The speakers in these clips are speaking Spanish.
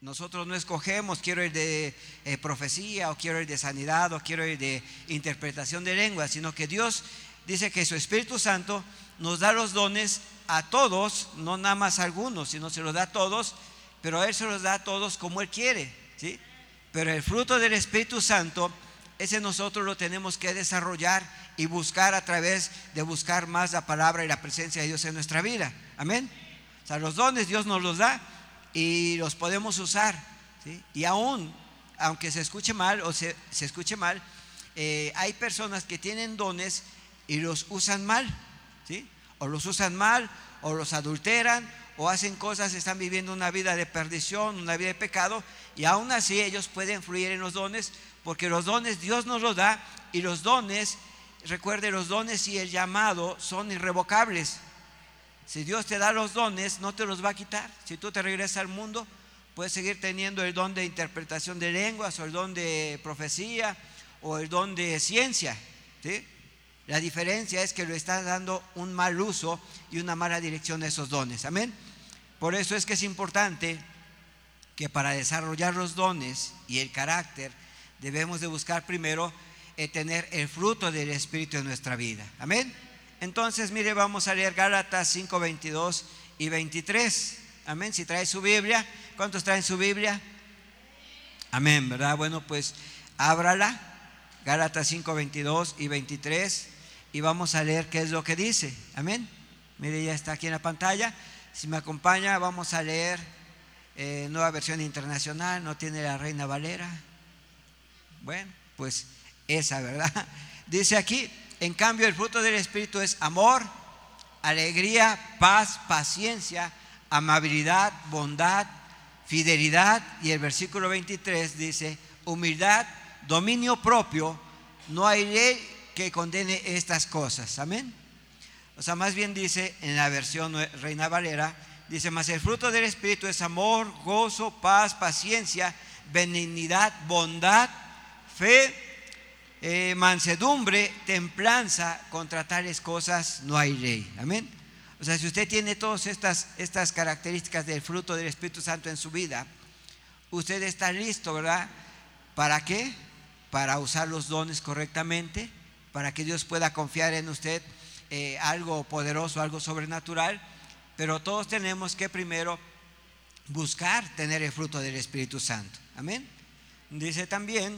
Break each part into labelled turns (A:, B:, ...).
A: Nosotros no escogemos, quiero ir de profecía, o quiero ir de sanidad, o quiero ir de interpretación de lenguas, sino que Dios dice que su Espíritu Santo nos da los dones a todos, no nada más a algunos, sino se los da a todos, pero Él se los da a todos como Él quiere, ¿sí? Pero el fruto del Espíritu Santo, ese nosotros lo tenemos que desarrollar y buscar a través de buscar más la palabra y la presencia de Dios en nuestra vida. Amén. O sea, los dones Dios nos los da y los podemos usar, ¿sí? Y aunque se escuche mal o se escuche mal, hay personas que tienen dones y los usan mal, ¿sí? O los usan mal, o los adulteran, o hacen cosas, están viviendo una vida de perdición, una vida de pecado, y aún así ellos pueden fluir en los dones, porque los dones Dios nos los da, y los dones, recuerde, los dones y el llamado son irrevocables. Si Dios te da los dones, no te los va a quitar. Si tú te regresas al mundo, puedes seguir teniendo el don de interpretación de lenguas, o el don de profecía, o el don de ciencia, ¿sí? La diferencia es que le estás dando un mal uso y una mala dirección a esos dones. Amén. Por eso es que es importante que para desarrollar los dones y el carácter debemos de buscar primero tener el fruto del Espíritu en nuestra vida. Amén. Entonces, mire, vamos a leer Gálatas 5, 22 y 23. Amén. Si trae su Biblia, ¿cuántos traen su Biblia? Amén, ¿verdad? Bueno, pues ábrala, Gálatas 5, 22 y 23, y vamos a leer qué es lo que dice. Amén. Mire, ya está aquí en la pantalla. Si me acompaña, vamos a leer Nueva Versión Internacional. No tiene la Reina Valera. Bueno, pues esa, ¿verdad? Dice aquí: en cambio, el fruto del Espíritu es amor, alegría, paz, paciencia, amabilidad, bondad, fidelidad. Y el versículo 23 dice: humildad, dominio propio. No hay ley que condene estas cosas. Amén. O sea, más bien dice en la versión Reina Valera, dice: mas el fruto del Espíritu es amor, gozo, paz, paciencia, benignidad, bondad, fe, mansedumbre, templanza. Contra tales cosas no hay ley. Amén. O sea, si usted tiene todas estas características del fruto del Espíritu Santo en su vida, usted está listo, ¿verdad? ¿Para qué? Para usar los dones correctamente, para que Dios pueda confiar en usted algo poderoso, algo sobrenatural. Pero todos tenemos que primero buscar tener el fruto del Espíritu Santo. Amén. Dice también,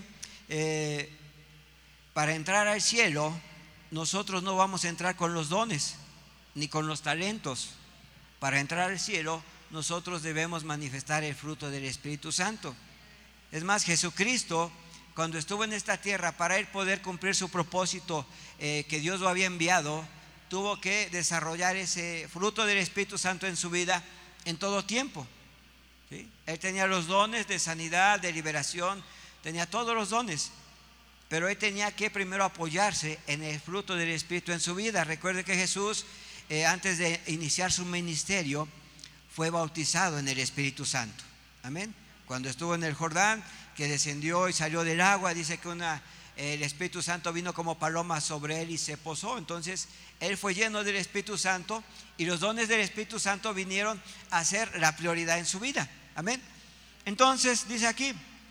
A: para entrar al cielo, nosotros no vamos a entrar con los dones ni con los talentos. Para entrar al cielo, nosotros debemos manifestar el fruto del Espíritu Santo. Es más, Jesucristo, cuando estuvo en esta tierra, para él poder cumplir su propósito que Dios lo había enviado, tuvo que desarrollar ese fruto del Espíritu Santo en su vida en todo tiempo, ¿sí? Él tenía los dones de sanidad, de liberación, tenía todos los dones, pero él tenía que primero apoyarse en el fruto del Espíritu en su vida. Recuerde que Jesús, antes de iniciar su ministerio, fue bautizado en el Espíritu Santo. Amén. Cuando estuvo en el Jordán, que descendió y salió del agua, dice que el Espíritu Santo vino como paloma sobre él y se posó. Entonces él fue lleno del Espíritu Santo, y los dones del Espíritu Santo vinieron a ser la prioridad en su vida. Amén. Entonces dice aquí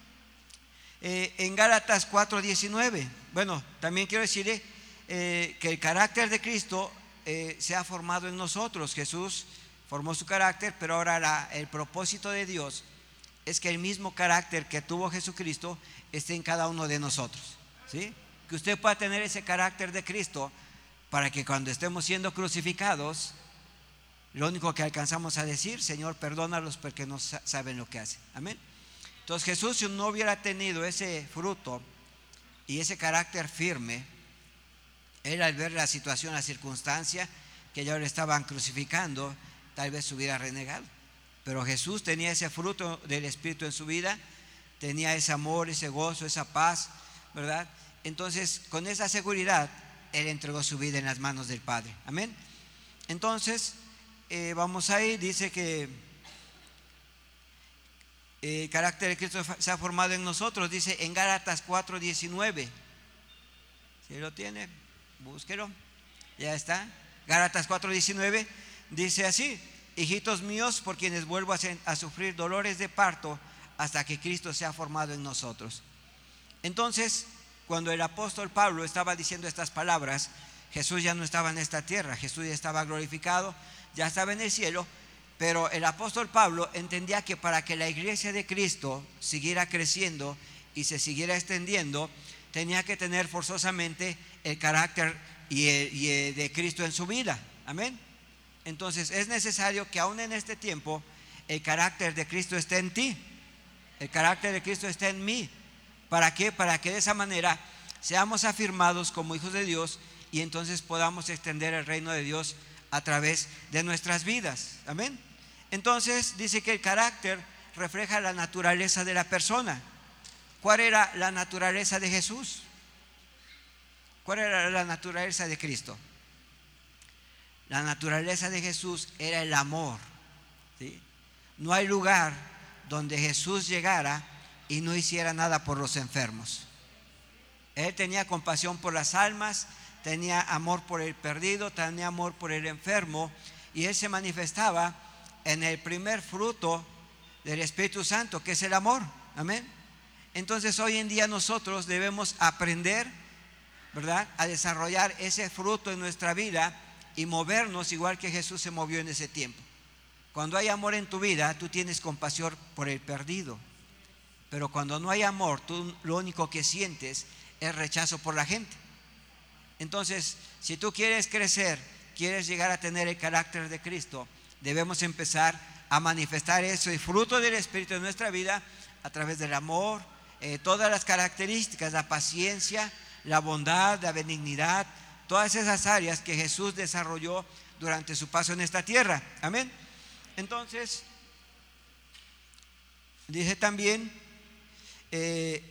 A: en Gálatas 4:19, bueno, también quiero decirle que el carácter de Cristo se ha formado en nosotros. Jesús formó su carácter, pero ahora el propósito de Dios es que el mismo carácter que tuvo Jesucristo esté en cada uno de nosotros, ¿sí? Que usted pueda tener ese carácter de Cristo, para que cuando estemos siendo crucificados, lo único que alcanzamos a decir: Señor, perdónalos porque no saben lo que hacen. Amén. Entonces Jesús, si no hubiera tenido ese fruto y ese carácter firme, él, al ver la situación, la circunstancia que ya le estaban crucificando, tal vez se hubiera renegado. Pero Jesús tenía ese fruto del Espíritu en su vida, tenía ese amor, ese gozo, esa paz, ¿verdad? Entonces, con esa seguridad, él entregó su vida en las manos del Padre. Amén. Entonces, vamos ahí, dice que el carácter de Cristo se ha formado en nosotros. Dice en Gálatas 4:19. ¿Sí lo tiene? Búsquelo. Ya está. Gálatas 4:19 dice así: hijitos míos, por quienes vuelvo a sufrir dolores de parto hasta que Cristo sea formado en nosotros. Entonces, cuando el apóstol Pablo estaba diciendo estas palabras, Jesús ya no estaba en esta tierra, Jesús ya estaba glorificado, ya estaba en el cielo, pero el apóstol Pablo entendía que para que la iglesia de Cristo siguiera creciendo y se siguiera extendiendo, tenía que tener forzosamente el carácter de Cristo en su vida. Amén. Entonces es necesario que aún en este tiempo el carácter de Cristo esté en ti, el carácter de Cristo esté en mí. ¿Para qué? Para que de esa manera seamos afirmados como hijos de Dios y entonces podamos extender el reino de Dios a través de nuestras vidas. Amén. Entonces dice que el carácter refleja la naturaleza de la persona. ¿Cuál era la naturaleza de Jesús? ¿Cuál era la naturaleza de Cristo? La naturaleza de Jesús era el amor, ¿sí? No hay lugar donde Jesús llegara y no hiciera nada por los enfermos. Él tenía compasión por las almas, tenía amor por el perdido, tenía amor por el enfermo, y Él se manifestaba en el primer fruto del Espíritu Santo, que es el amor. Amén. Entonces hoy en día nosotros debemos aprender, ¿verdad?, a desarrollar ese fruto en nuestra vida y movernos igual que Jesús se movió en ese tiempo. Cuando hay amor en tu vida, tú tienes compasión por el perdido. Pero cuando no hay amor, tú lo único que sientes es rechazo por la gente. Entonces, si tú quieres crecer, quieres llegar a tener el carácter de Cristo, debemos empezar a manifestar eso y fruto del Espíritu en nuestra vida a través del amor, todas las características, la paciencia, la bondad, la benignidad, todas esas áreas que Jesús desarrolló durante su paso en esta tierra. Amén. Entonces, dice también, el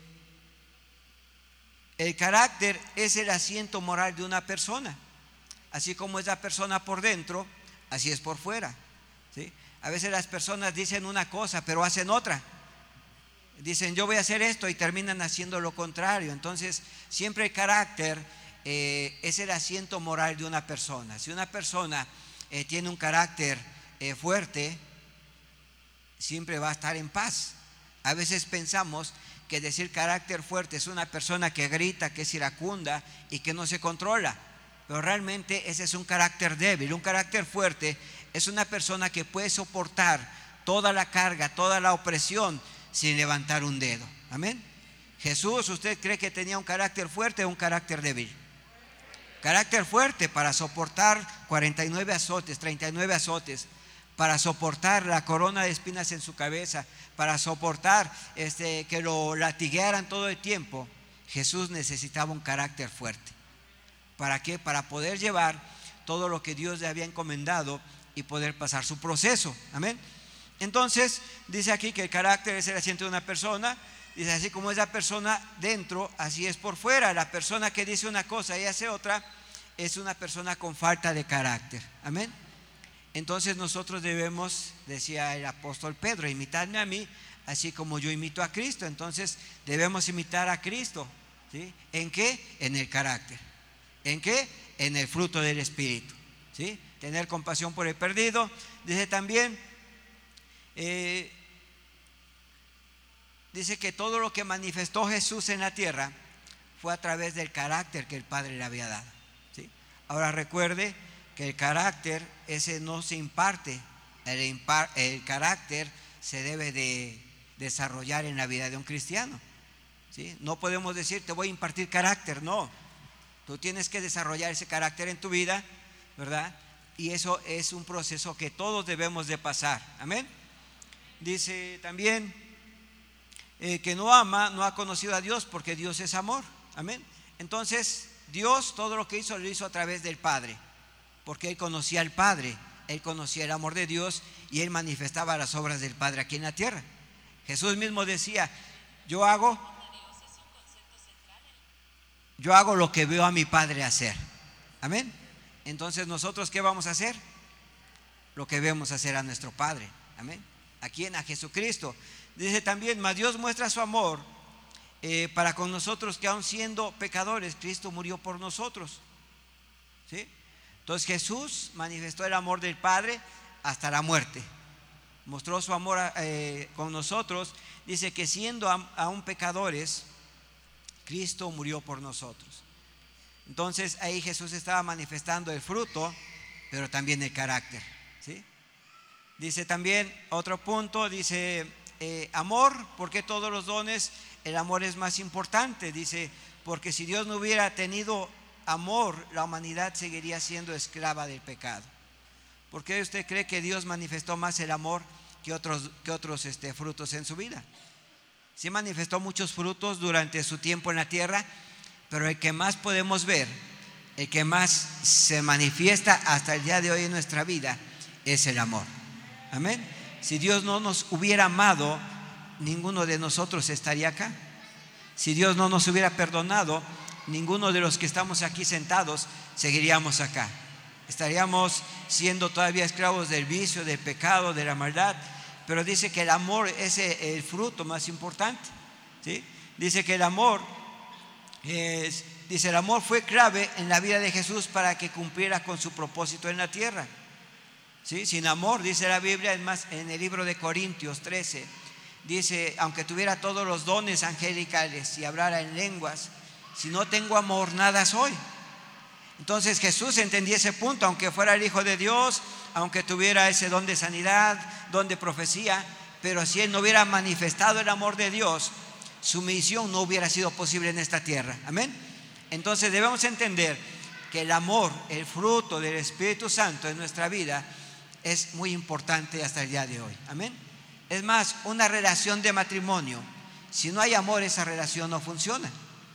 A: carácter es el asiento moral de una persona. Así como es la persona por dentro, así es por fuera, ¿sí? A veces las personas dicen una cosa, pero hacen otra. Dicen, yo voy a hacer esto, y terminan haciendo lo contrario. Entonces, siempre el carácter es el asiento moral de una persona. Si una persona tiene un carácter fuerte, siempre va a estar en paz. A veces pensamos que decir carácter fuerte es una persona que grita, que es iracunda y que no se controla, pero realmente ese es un carácter débil. Un carácter fuerte es una persona que puede soportar toda la carga, toda la opresión sin levantar un dedo. Amén. Jesús, ¿usted cree que tenía un carácter fuerte o un carácter débil? Carácter fuerte para soportar 49 azotes, 39 azotes, para soportar la corona de espinas en su cabeza, para soportar que lo latiguearan todo el tiempo. Jesús necesitaba un carácter fuerte. ¿Para qué? Para poder llevar todo lo que Dios le había encomendado y poder pasar su proceso. Amén. Entonces dice aquí que el carácter es el asiento de una persona. Dice, así como es la persona dentro, así es por fuera. La persona que dice una cosa y hace otra es una persona con falta de carácter. Amén. Entonces nosotros debemos, decía el apóstol Pedro, imitadme a mí, así como yo imito a Cristo. Entonces debemos imitar a Cristo, ¿sí? ¿En qué? En el carácter. ¿En qué? En el fruto del Espíritu, ¿sí? Tener compasión por el perdido. Dice también, dice que todo lo que manifestó Jesús en la tierra fue a través del carácter que el Padre le había dado, ¿sí? Ahora recuerde que el carácter ese no se imparte, el carácter se debe de desarrollar en la vida de un cristiano, ¿sí? No podemos decir, te voy a impartir carácter, no. Tú tienes que desarrollar ese carácter en tu vida, ¿verdad? Y eso es un proceso que todos debemos de pasar. Amén. Dice también, que no ama, no ha conocido a Dios, porque Dios es amor. Amén. Entonces, Dios todo lo que hizo lo hizo a través del Padre, porque Él conocía al Padre, Él conocía el amor de Dios y Él manifestaba las obras del Padre aquí en la tierra. Jesús mismo decía, yo hago lo que veo a mi Padre hacer. Amén. Entonces nosotros, ¿qué vamos a hacer? Lo que vemos hacer a nuestro Padre. Amén. ¿A quién? A Jesucristo. Dice también, mas Dios muestra su amor para con nosotros, que aun siendo pecadores, Cristo murió por nosotros, ¿sí? Entonces Jesús manifestó el amor del Padre hasta la muerte. mostró su amor con nosotros. Dice que siendo aún pecadores, Cristo murió por nosotros. Entonces ahí Jesús estaba manifestando el fruto, pero también el carácter, ¿sí? Dice también otro punto, dice amor. ¿Por qué todos los dones? El amor es más importante. Dice, porque si Dios no hubiera tenido amor, la humanidad seguiría siendo esclava del pecado. ¿Por qué usted cree que Dios manifestó más el amor que otros frutos en su vida? Sí manifestó muchos frutos durante su tiempo en la tierra, pero el que más podemos ver, el que más se manifiesta hasta el día de hoy en nuestra vida, es el amor. Amén. Si Dios no nos hubiera amado, ninguno de nosotros estaría acá. Si Dios no nos hubiera perdonado, ninguno de los que estamos aquí sentados seguiríamos acá. Estaríamos siendo todavía esclavos del vicio, del pecado, de la maldad. Pero dice que el amor es el fruto más importante, ¿sí? Dice que el amor el amor fue clave en la vida de Jesús para que cumpliera con su propósito en la tierra, ¿sí? Sin amor, dice la Biblia, es más, en el libro de Corintios 13, dice, aunque tuviera todos los dones angelicales y hablara en lenguas, si no tengo amor, nada soy. Entonces Jesús entendía ese punto, aunque fuera el Hijo de Dios, aunque tuviera ese don de sanidad, don de profecía, pero si Él no hubiera manifestado el amor de Dios, su misión no hubiera sido posible en esta tierra. Amén. Entonces debemos entender que el amor, el fruto del Espíritu Santo en nuestra vida, es muy importante hasta el día de hoy. Amén. Es más, una relación de matrimonio, si no hay amor, esa relación no funciona.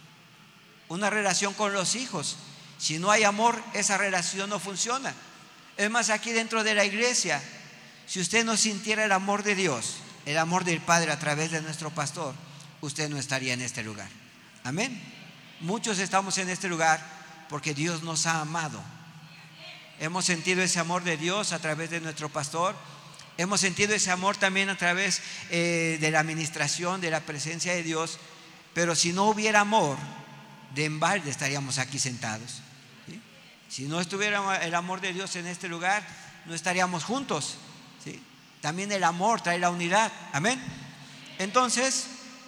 A: Una relación con los hijos, si no hay amor, esa relación no funciona. Es más, aquí dentro de la iglesia, si usted no sintiera el amor de Dios, el amor del Padre a través de nuestro pastor, usted no estaría en este lugar. Amén. Muchos estamos en este lugar porque Dios nos ha amado. Hemos sentido ese amor de Dios a través de nuestro pastor. Hemos sentido ese amor también a través de la administración, de la presencia de Dios. Pero si no hubiera amor, de en balde estaríamos aquí sentados, ¿sí? Si no estuviera el amor de Dios en este lugar, no estaríamos juntos, ¿sí? También el amor trae la unidad. Amén. Entonces,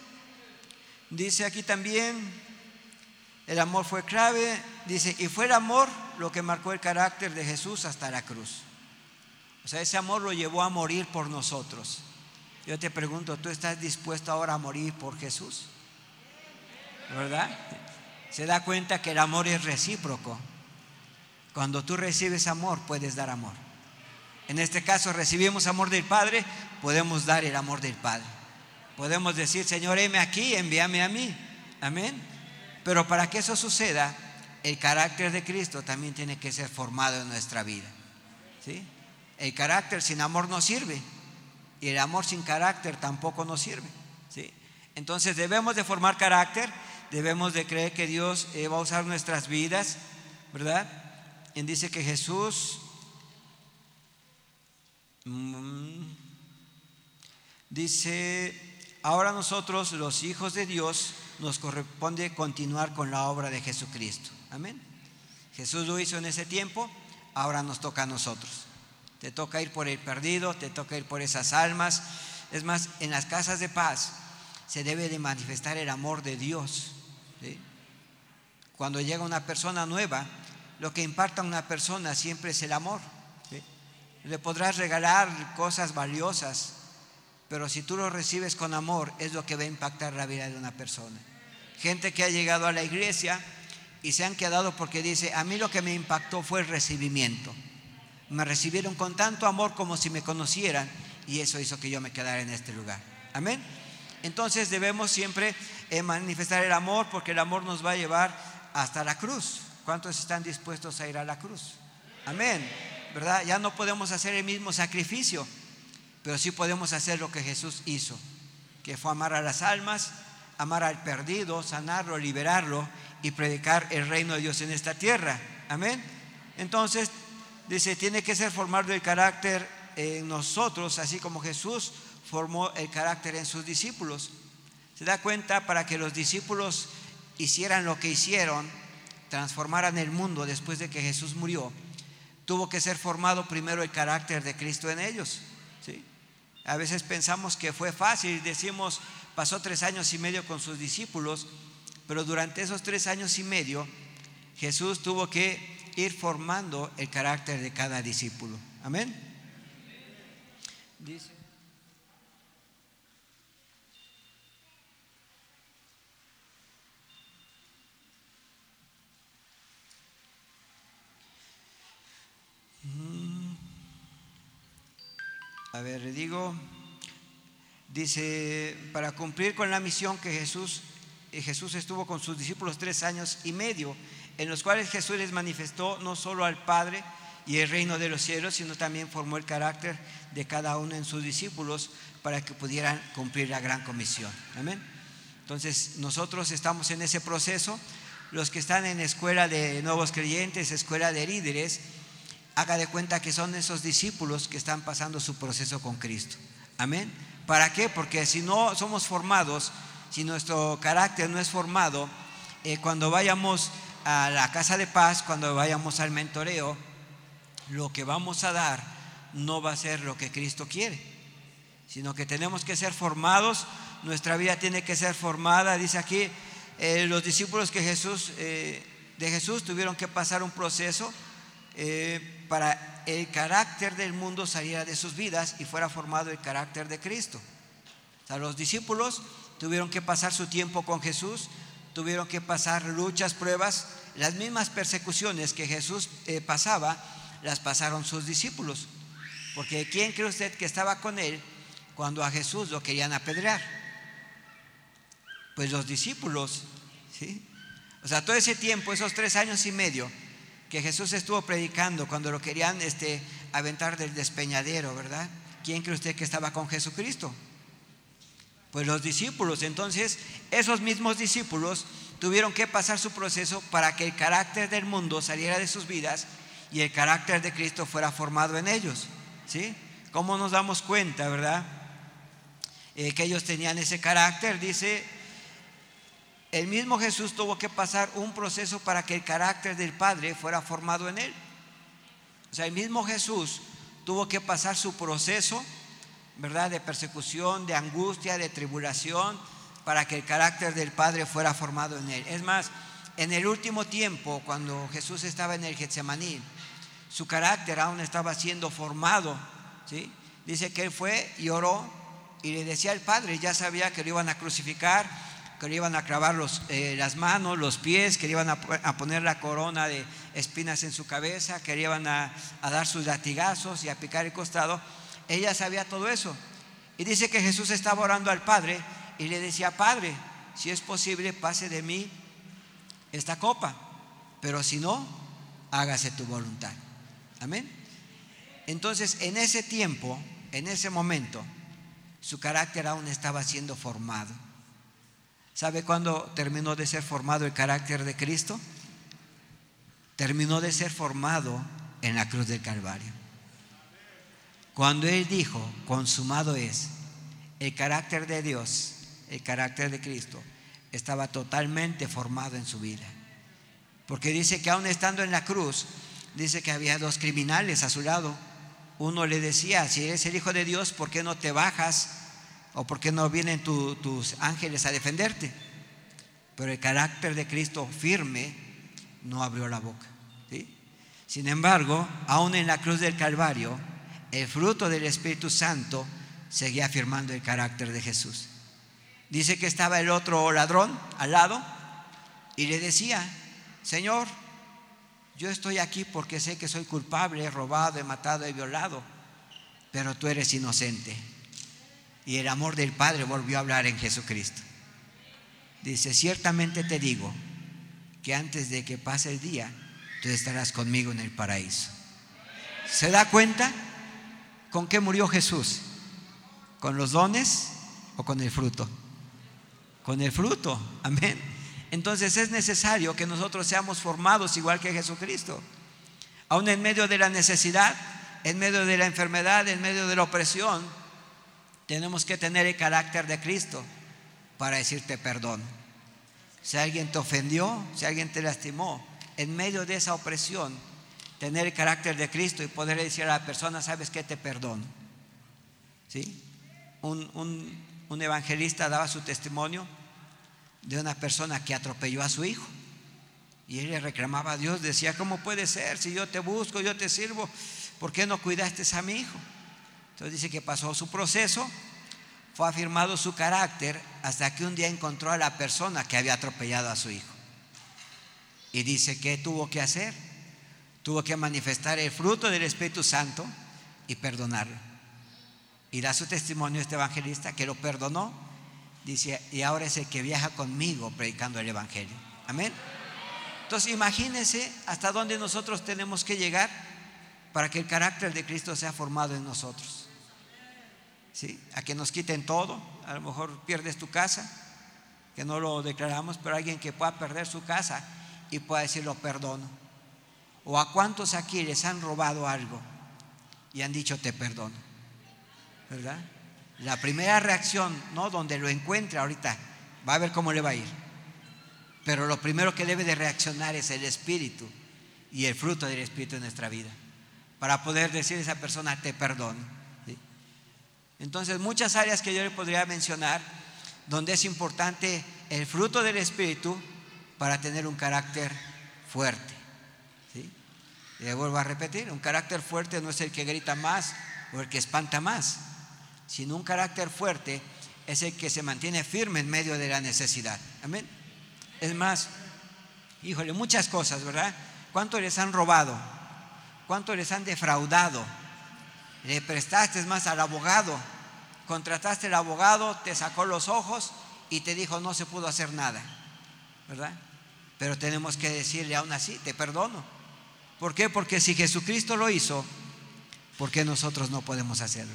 A: dice aquí también, el amor fue clave. Dice, y fue el amor lo que marcó el carácter de Jesús hasta la cruz. O sea, ese amor lo llevó a morir por nosotros. Yo te pregunto, ¿tú estás dispuesto ahora a morir por Jesús? ¿Verdad? Se da cuenta que el amor es recíproco. Cuando tú recibes amor, puedes dar amor. En este caso, recibimos amor del Padre, podemos dar el amor del Padre. Podemos decir, Señor, heme aquí, envíame a mí. Amén. Pero para que eso suceda, el carácter de Cristo también tiene que ser formado en nuestra vida, ¿sí? El carácter sin amor no sirve, y el amor sin carácter tampoco nos sirve, ¿sí? Entonces debemos de formar carácter. Debemos de creer que Dios va a usar nuestras vidas, ¿verdad? Y dice que Jesús dice, ahora nosotros los hijos de Dios nos corresponde continuar con la obra de Jesucristo. Amén. Jesús lo hizo en ese tiempo, ahora nos toca a nosotros. Te toca ir por el perdido, te toca ir por esas almas. Es más, en las casas de paz se debe de manifestar el amor de Dios, ¿sí? Cuando llega una persona nueva, lo que impacta a una persona siempre es el amor, ¿sí? Le podrás regalar cosas valiosas, pero si tú lo recibes con amor, es lo que va a impactar la vida de una persona. Gente que ha llegado a la iglesia y se han quedado porque dice, a mí lo que me impactó fue el recibimiento. Me recibieron con tanto amor como si me conocieran, y eso hizo que yo me quedara en este lugar. Amén. Entonces debemos siempre manifestar el amor, porque el amor nos va a llevar hasta la cruz. ¿Cuántos están dispuestos a ir a la cruz? Amén, ¿verdad? Ya no podemos hacer el mismo sacrificio, pero sí podemos hacer lo que Jesús hizo, que fue amar a las almas, amar al perdido, sanarlo, liberarlo y predicar el reino de Dios en esta tierra. Amén. Entonces dice, tiene que ser formado el carácter en nosotros, así como Jesús formó el carácter en sus discípulos. Se da cuenta, para que los discípulos hicieran lo que hicieron, transformaran el mundo después de que Jesús murió, tuvo que ser formado primero el carácter de Cristo en ellos, ¿sí? A veces pensamos que fue fácil, decimos, pasó 3 años y medio con sus discípulos, pero durante esos 3 años y medio Jesús tuvo que ir formando el carácter de cada discípulo. Amén. Dice: a ver, le digo, dice, para cumplir con la misión que Jesús estuvo con sus discípulos 3 años y medio, en los cuales Jesús les manifestó no solo al Padre y el reino de los cielos, sino también formó el carácter de cada uno en sus discípulos para que pudieran cumplir la gran comisión. Amén. Entonces nosotros estamos en ese proceso. Los que están en escuela de nuevos creyentes, escuela de líderes, haga de cuenta que son esos discípulos que están pasando su proceso con Cristo. Amén. ¿Para qué? Porque si no somos formados, si nuestro carácter no es formado, cuando vayamos a la casa de paz, cuando vayamos al mentoreo, lo que vamos a dar no va a ser lo que Cristo quiere, sino que tenemos que ser formados. Nuestra vida tiene que ser formada. Dice aquí, los discípulos de Jesús tuvieron que pasar un proceso para el carácter del mundo saliera de sus vidas y fuera formado el carácter de Cristo. O sea, los discípulos tuvieron que pasar su tiempo con Jesús, tuvieron que pasar luchas, pruebas, las mismas persecuciones que Jesús pasaba, las pasaron sus discípulos. Porque ¿quién cree usted que estaba con él cuando a Jesús lo querían apedrear? Pues los discípulos, ¿sí? O sea, todo ese tiempo, esos 3 años y medio que Jesús estuvo predicando, cuando lo querían aventar del despeñadero, ¿verdad? ¿Quién cree usted que estaba con Jesucristo? Pues los discípulos. Entonces esos mismos discípulos tuvieron que pasar su proceso para que el carácter del mundo saliera de sus vidas y el carácter de Cristo fuera formado en ellos, ¿sí? ¿Cómo nos damos cuenta, verdad? Que ellos tenían ese carácter. Dice, el mismo Jesús tuvo que pasar un proceso para que el carácter del Padre fuera formado en él. O sea, el mismo Jesús tuvo que pasar su proceso, ¿verdad?, de persecución, de angustia, de tribulación, para que el carácter del Padre fuera formado en él. Es más, en el último tiempo, cuando Jesús estaba en el Getsemaní, su carácter aún estaba siendo formado, ¿sí? Dice que él fue y oró y le decía al Padre, ya sabía que lo iban a crucificar, que le iban a clavar las manos, los pies, que le iban a poner la corona de espinas en su cabeza, que le iban a dar sus latigazos y a picar el costado. Ella sabía todo eso. Y dice que Jesús estaba orando al Padre y le decía, Padre, si es posible, pase de mí esta copa, pero si no, hágase tu voluntad. Amén. Entonces, en ese tiempo, en ese momento, su carácter aún estaba siendo formado. ¿Sabe cuándo terminó de ser formado el carácter de Cristo? Terminó de ser formado en la cruz del Calvario. Cuando Él dijo, consumado es, el carácter de Dios, el carácter de Cristo, estaba totalmente formado en su vida. Porque dice que aún estando en la cruz, dice que había 2 criminales a su lado. Uno le decía, si eres el Hijo de Dios, ¿por qué no te bajas? ¿O por qué no vienen tus ángeles a defenderte? Pero el carácter de Cristo firme no abrió la boca, ¿sí? Sin embargo, aún en la cruz del Calvario, el fruto del Espíritu Santo seguía afirmando el carácter de Jesús. Dice que estaba el otro ladrón al lado y le decía, Señor, yo estoy aquí porque sé que soy culpable, he robado, he matado, he violado, pero tú eres inocente. Y el amor del Padre volvió a hablar en Jesucristo. Dice, ciertamente te digo que antes de que pase el día, tú estarás conmigo en el paraíso. ¿Se da cuenta con qué murió Jesús? ¿Con los dones o con el fruto? Con el fruto, amén. Entonces es necesario que nosotros seamos formados igual que Jesucristo. Aún en medio de la necesidad, en medio de la enfermedad, en medio de la opresión, tenemos que tener el carácter de Cristo para decirte perdón. Si alguien te ofendió, si alguien te lastimó, en medio de esa opresión, tener el carácter de Cristo y poder decir a la persona, ¿sabes qué? Te perdono, ¿sí? un evangelista daba su testimonio de una persona que atropelló a su hijo. Y él le reclamaba a Dios, decía: ¿cómo puede ser? Si yo te busco, yo te sirvo, ¿por qué no cuidaste a mi hijo? Entonces dice que pasó su proceso, fue afirmado su carácter, hasta que un día encontró a la persona que había atropellado a su hijo. Y dice que tuvo que hacer, tuvo que manifestar el fruto del Espíritu Santo y perdonarlo. Y da su testimonio este evangelista, que lo perdonó, dice, y ahora es el que viaja conmigo predicando el evangelio. Amén. Entonces imagínense hasta dónde nosotros tenemos que llegar para que el carácter de Cristo sea formado en nosotros. ¿Sí? A que nos quiten todo. A lo mejor pierdes tu casa, que no lo declaramos, pero alguien que pueda perder su casa y pueda decir: lo perdono. O a cuántos aquí les han robado algo y han dicho: te perdono, ¿verdad? La primera reacción, ¿no? Donde lo encuentre ahorita, va a ver cómo le va a ir. Pero lo primero que debe de reaccionar es el Espíritu y el fruto del Espíritu en nuestra vida, para poder decir a esa persona: te perdono. ¿Sí? Entonces, muchas áreas que yo le podría mencionar donde es importante el fruto del Espíritu para tener un carácter fuerte. ¿Sí? Y le vuelvo a repetir: un carácter fuerte no es el que grita más o el que espanta más, sino un carácter fuerte es el que se mantiene firme en medio de la necesidad. Amén. Es más, híjole, muchas cosas, ¿verdad? ¿Cuánto les han robado? ¿Cuánto les han defraudado? Le prestaste más al abogado, contrataste al abogado, te sacó los ojos y te dijo: no se pudo hacer nada, ¿verdad? Pero tenemos que decirle aún así: te perdono. ¿Por qué? Porque si Jesucristo lo hizo, ¿por qué nosotros no podemos hacerlo?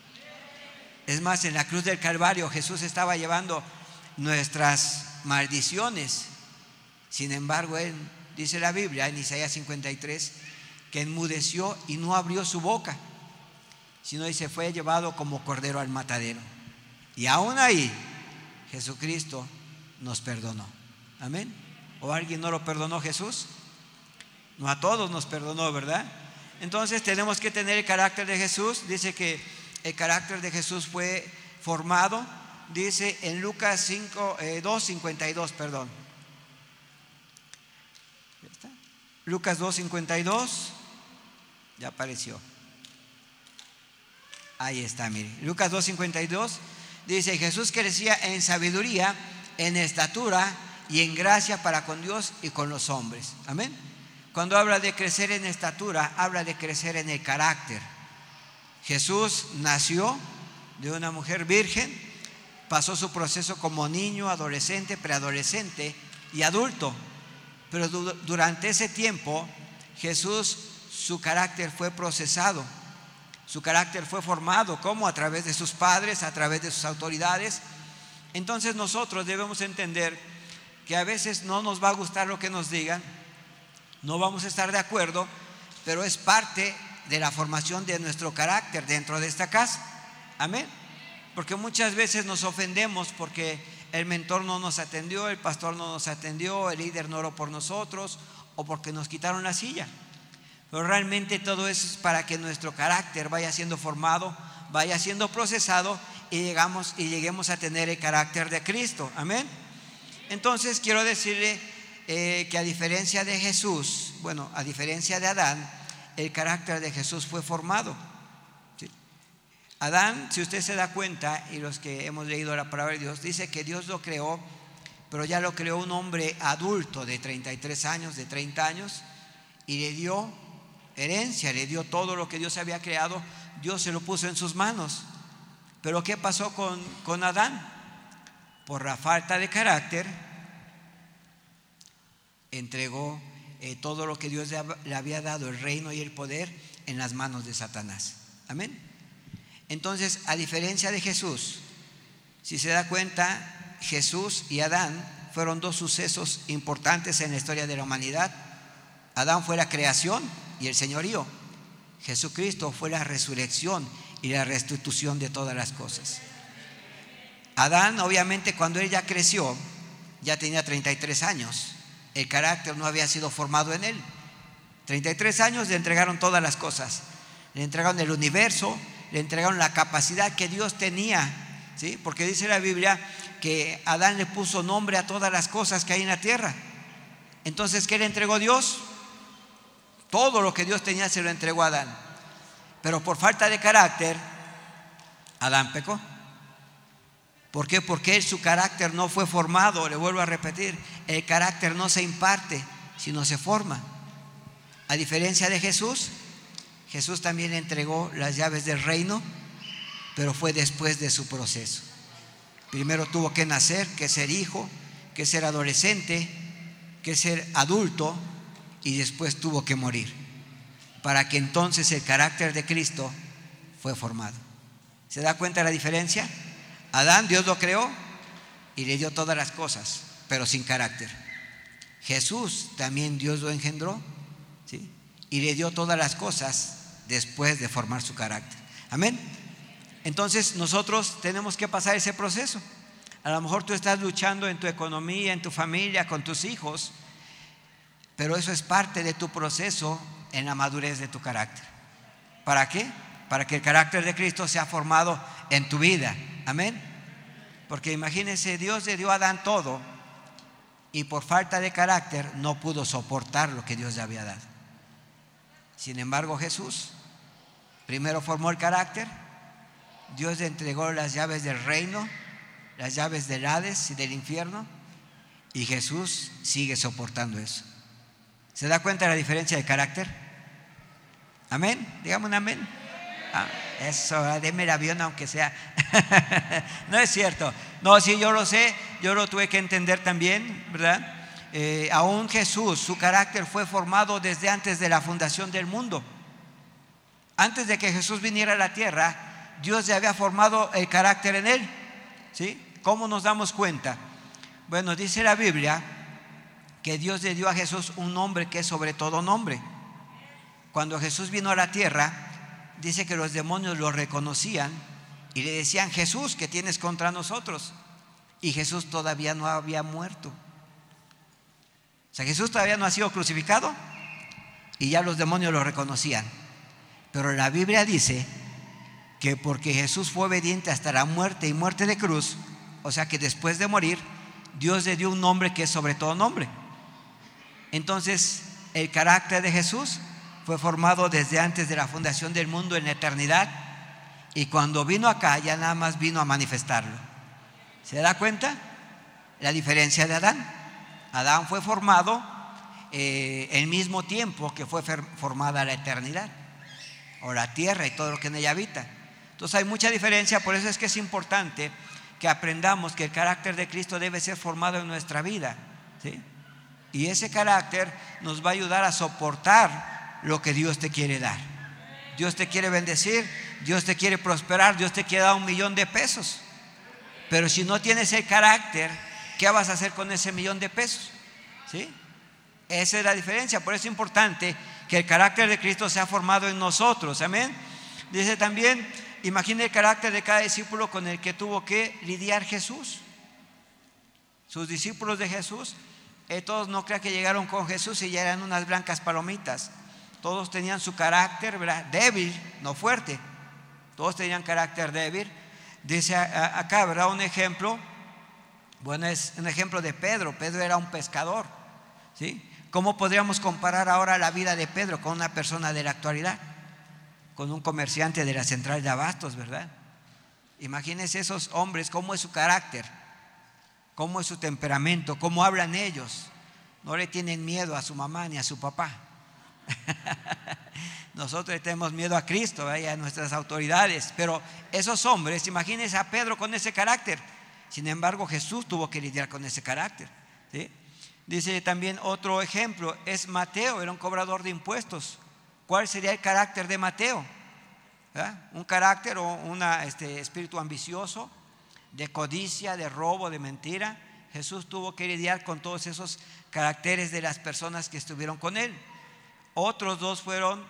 A: Es más, en la cruz del Calvario Jesús estaba llevando nuestras maldiciones. Sin embargo, él, dice la Biblia en Isaías 53, que enmudeció y no abrió su boca, sino dice: fue llevado como cordero al matadero. Y aún ahí Jesucristo nos perdonó. Amén. ¿O alguien no lo perdonó Jesús? No, a todos nos perdonó, ¿verdad? Entonces tenemos que tener el carácter de Jesús. Dice que el carácter de Jesús fue formado, dice en Lucas 2:52, perdón. Lucas 2:52, ya apareció. Ahí está, mire. Lucas 2:52 dice: Jesús crecía en sabiduría, en estatura y en gracia para con Dios y con los hombres. Amén. Cuando habla de crecer en estatura, habla de crecer en el carácter. Jesús nació de una mujer virgen, pasó su proceso como niño, adolescente, preadolescente y adulto. Pero durante ese tiempo Jesús, su carácter fue procesado, su carácter fue formado. ¿Cómo? A través de sus padres, a través de sus autoridades. Entonces nosotros debemos entender que a veces no nos va a gustar lo que nos digan, no vamos a estar de acuerdo, pero es parte de la formación de nuestro carácter dentro de esta casa. Amén. Porque muchas veces nos ofendemos porque el mentor no nos atendió, el pastor no nos atendió, el líder no oró por nosotros, o porque nos quitaron la silla. Pero realmente todo eso es para que nuestro carácter vaya siendo formado, vaya siendo procesado y lleguemos a tener el carácter de Cristo. Amén. Entonces quiero decirle que a diferencia de Jesús, a diferencia de Adán, el carácter de Jesús fue formado. ¿Sí? Adán, si usted se da cuenta, y los que hemos leído la palabra de Dios, dice que Dios lo creó, pero ya lo creó un hombre adulto de 33 años, de 30 años, y le dio herencia, le dio todo lo que Dios había creado. Dios se lo puso en sus manos. Pero ¿qué pasó con Adán? Por la falta de carácter, entregó todo lo que Dios le había dado, el reino y el poder, en las manos de Satanás. Amén. Entonces, a diferencia de Jesús, si se da cuenta, Jesús y Adán fueron dos sucesos importantes en la historia de la humanidad. Adán fue la creación y el señorío. Jesucristo fue la resurrección y la restitución de todas las cosas. Adán, obviamente, cuando él ya creció, ya tenía 33 años. El carácter no había sido formado en él. 33 años le entregaron todas las cosas. Le entregaron el universo, le entregaron la capacidad que Dios tenía, ¿sí? Porque dice la Biblia que Adán le puso nombre a todas las cosas que hay en la tierra. Entonces, ¿qué le entregó Dios? Todo lo que Dios tenía se lo entregó a Adán. Pero por falta de carácter, Adán pecó. ¿Por qué? Porque su carácter no fue formado. Le vuelvo a repetir, el carácter no se imparte, sino se forma. A diferencia de Jesús, Jesús también entregó las llaves del reino, pero fue después de su proceso. Primero tuvo que nacer, que ser hijo, que ser adolescente, que ser adulto, y después tuvo que morir, para que entonces el carácter de Cristo fue formado. ¿Se da cuenta la diferencia? Adán, Dios lo creó y le dio todas las cosas, pero sin carácter. Jesús también Dios lo engendró, ¿sí? Y le dio todas las cosas después de formar su carácter. Amén. Entonces nosotros tenemos que pasar ese proceso. A lo mejor tú estás luchando en tu economía, en tu familia, con tus hijos, pero eso es parte de tu proceso en la madurez de tu carácter. ¿Para qué? Para que el carácter de Cristo sea formado en tu vida. Amén. Porque imagínense, Dios le dio a Adán todo y por falta de carácter no pudo soportar lo que Dios le había dado. Sin embargo, Jesús primero formó el carácter. Dios le entregó las llaves del reino, las llaves del Hades y del infierno, y Jesús sigue soportando eso. ¿Se da cuenta de la diferencia de carácter? Amén. Dígame un amén. Eso, deme el avión aunque sea. No es cierto. No, sí, yo lo sé, yo lo tuve que entender también, ¿verdad? Aún Jesús, su carácter fue formado desde antes de la fundación del mundo. Antes de que Jesús viniera a la tierra, Dios ya había formado el carácter en él, ¿sí? ¿Cómo nos damos cuenta? Bueno, dice la Biblia que Dios le dio a Jesús un nombre que es sobre todo nombre. Cuando Jesús vino a la tierra, dice que los demonios lo reconocían y le decían: Jesús, ¿qué tienes contra nosotros? Y Jesús todavía no había muerto. O sea, Jesús todavía no ha sido crucificado y ya los demonios lo reconocían. Pero la Biblia dice que porque Jesús fue obediente hasta la muerte y muerte de cruz, o sea que después de morir, Dios le dio un nombre que es sobre todo nombre. Entonces, el carácter de Jesús fue formado desde antes de la fundación del mundo, en la eternidad, y cuando vino acá ya nada más vino a manifestarlo. ¿Se da cuenta? La diferencia de Adán. Adán fue formado el mismo tiempo que fue formada la eternidad, o la tierra y todo lo que en ella habita. Entonces hay mucha diferencia. Por eso es que es importante que aprendamos que el carácter de Cristo debe ser formado en nuestra vida, ¿sí? Y ese carácter nos va a ayudar a soportar lo que Dios te quiere dar. Dios te quiere bendecir, Dios te quiere prosperar, Dios te quiere dar $1,000,000. Pero si no tienes el carácter, ¿qué vas a hacer con ese $1,000,000? ¿Sí? Esa es la diferencia. Por eso es importante que el carácter de Cristo sea formado en nosotros. Amén. Dice también, imagine el carácter de cada discípulo con el que tuvo que lidiar Jesús. Sus discípulos de Jesús, todos no crean que llegaron con Jesús y ya eran unas blancas palomitas. Todos tenían su carácter, ¿verdad?, débil, no fuerte. Todos tenían carácter débil. Dice acá, ¿verdad?, un ejemplo. Bueno, es un ejemplo de Pedro. Pedro era un pescador, ¿sí? ¿Cómo podríamos comparar ahora la vida de Pedro con una persona de la actualidad? Con un comerciante de la central de abastos, ¿verdad? Imagínense esos hombres, cómo es su carácter, cómo es su temperamento, cómo hablan ellos. No le tienen miedo a su mamá ni a su papá. Nosotros le tenemos miedo a Cristo, y a nuestras autoridades. Pero esos hombres, imagínense a Pedro con ese carácter. Sin embargo, Jesús tuvo que lidiar con ese carácter, ¿sí? Dice también otro ejemplo, es Mateo, era un cobrador de impuestos. ¿Cuál sería el carácter de Mateo? ¿Verdad? Un carácter o un espíritu ambicioso, de codicia, de robo, de mentira. Jesús tuvo que lidiar con todos esos caracteres de las personas que estuvieron con él. Otros dos fueron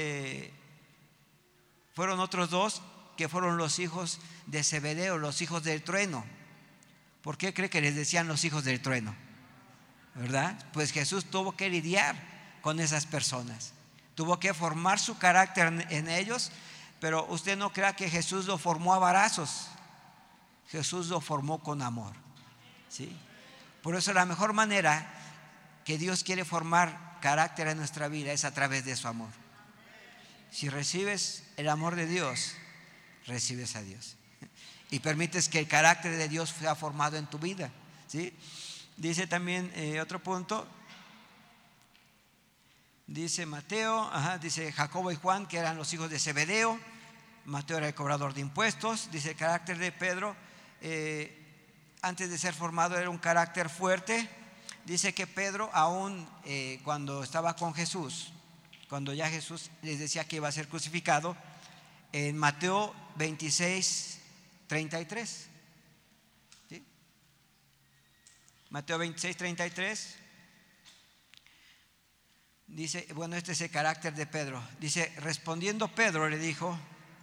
A: otros dos que fueron los hijos de Zebedeo, los hijos del trueno. ¿Por qué cree que les decían los hijos del trueno? ¿Verdad? Pues Jesús tuvo que lidiar con esas personas. Tuvo que formar su carácter en ellos, Pero usted no crea que Jesús lo formó a varazos. Jesús lo formó con amor, ¿sí? Por eso la mejor manera que Dios quiere formar carácter en nuestra vida es a través de su amor. Si recibes el amor de Dios, recibes a Dios y permites que el carácter de Dios sea formado en tu vida, ¿sí? Dice también otro punto, dice Mateo, dice Jacobo y Juan, que eran los hijos de Zebedeo. Mateo era el cobrador de impuestos. Dice el carácter de Pedro, antes de ser formado era un carácter fuerte. Dice que Pedro, aún cuando estaba con Jesús, cuando ya Jesús les decía que iba a ser crucificado, en Mateo 26:33, ¿sí? Mateo 26:33 dice, bueno, este es el carácter de Pedro. Dice, respondiendo Pedro le dijo: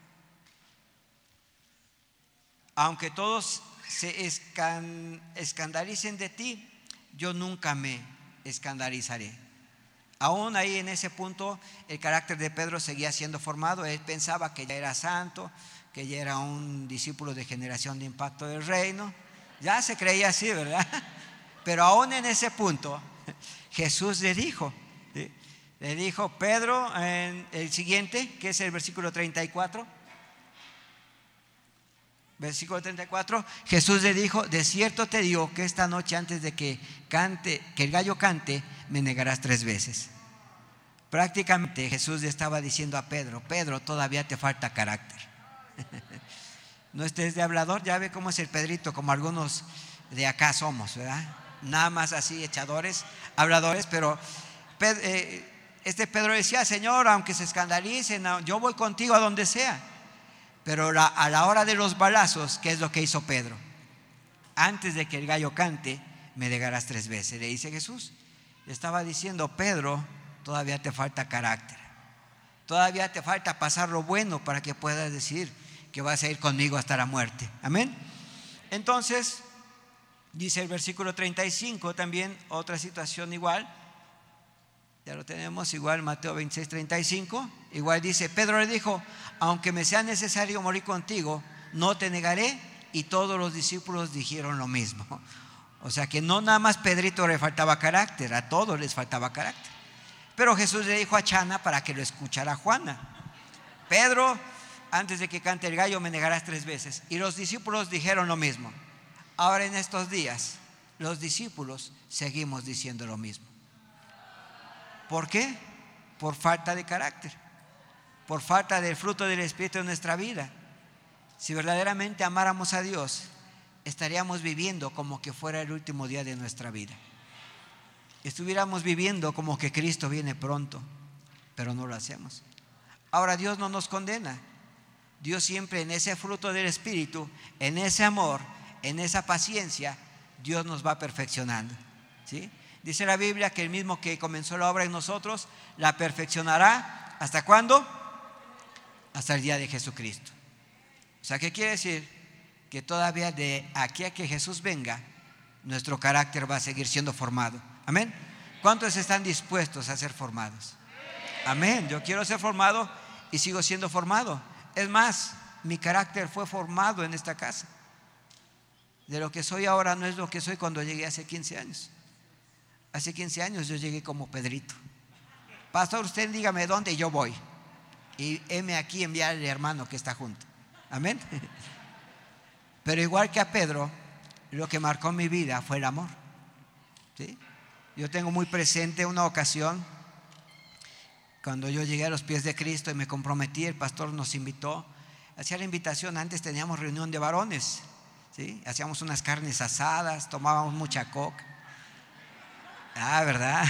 A: aunque todos se escandalicen de ti, yo nunca me escandalizaré. Aún ahí en ese punto el carácter de Pedro seguía siendo formado. Él pensaba que ya era santo, que ya era un discípulo de generación de impacto del reino. Ya se creía así, ¿verdad? Pero aún en ese punto Jesús le dijo, ¿sí? Le dijo Pedro, en el siguiente, que es el versículo 34. Versículo 34, Jesús le dijo: de cierto te digo que esta noche antes de que el gallo cante, me negarás 3 veces. Prácticamente Jesús le estaba diciendo a Pedro: Pedro, todavía te falta carácter. No estés de hablador. Ya ve cómo es el Pedrito, como algunos de acá somos, ¿verdad? Nada más así echadores, habladores. Pero este Pedro decía: Señor, aunque se escandalicen, yo voy contigo a donde sea. Pero a la hora de los balazos, ¿qué es lo que hizo Pedro? Antes de que el gallo cante, me negarás 3 veces, le dice Jesús. Le estaba diciendo: Pedro, todavía te falta carácter. Todavía te falta pasar lo bueno para que puedas decir que vas a ir conmigo hasta la muerte. Amén. Entonces, dice el versículo 35 también, otra situación igual. Ya lo tenemos, igual Mateo 26:35. Igual dice, Pedro le dijo: aunque me sea necesario morir contigo, no te negaré. Y todos los discípulos dijeron lo mismo. O sea que no nada más Pedrito le faltaba carácter, a todos les faltaba carácter. Pero Jesús le dijo a Chana para que lo escuchara Juana: Pedro, antes de que cante el gallo me negarás 3 veces. Y los discípulos dijeron lo mismo. Ahora en estos días los discípulos seguimos diciendo lo mismo. ¿Por qué? Por falta de carácter, por falta del fruto del Espíritu en nuestra vida. Si verdaderamente amáramos a Dios, estaríamos viviendo como que fuera el último día de nuestra vida. Estuviéramos viviendo como que Cristo viene pronto, pero no lo hacemos. Ahora, Dios no nos condena. Dios siempre en ese fruto del Espíritu, en ese amor, en esa paciencia, Dios nos va perfeccionando, ¿sí? Dice la Biblia que el mismo que comenzó la obra en nosotros la perfeccionará. ¿Hasta cuándo? Hasta el día de Jesucristo. O sea, ¿qué quiere decir? Que todavía de aquí a que Jesús venga, nuestro carácter va a seguir siendo formado. Amén. ¿Cuántos están dispuestos a ser formados? Amén. Yo quiero ser formado y sigo siendo formado. Es más, mi carácter fue formado en esta casa. De lo que soy ahora no es lo que soy cuando llegué hace 15 años. Hace 15 años yo llegué como Pedrito. Pastor, usted dígame dónde y yo voy. Y heme aquí enviar al hermano que está junto. Amén. Pero igual que a Pedro, lo que marcó mi vida fue el amor, ¿sí? Yo tengo muy presente una ocasión cuando yo llegué a los pies de Cristo y me comprometí. El pastor nos invitó, hacía la invitación. Antes teníamos reunión de varones, ¿sí? Hacíamos unas carnes asadas, tomábamos mucha coca. ¿Verdad?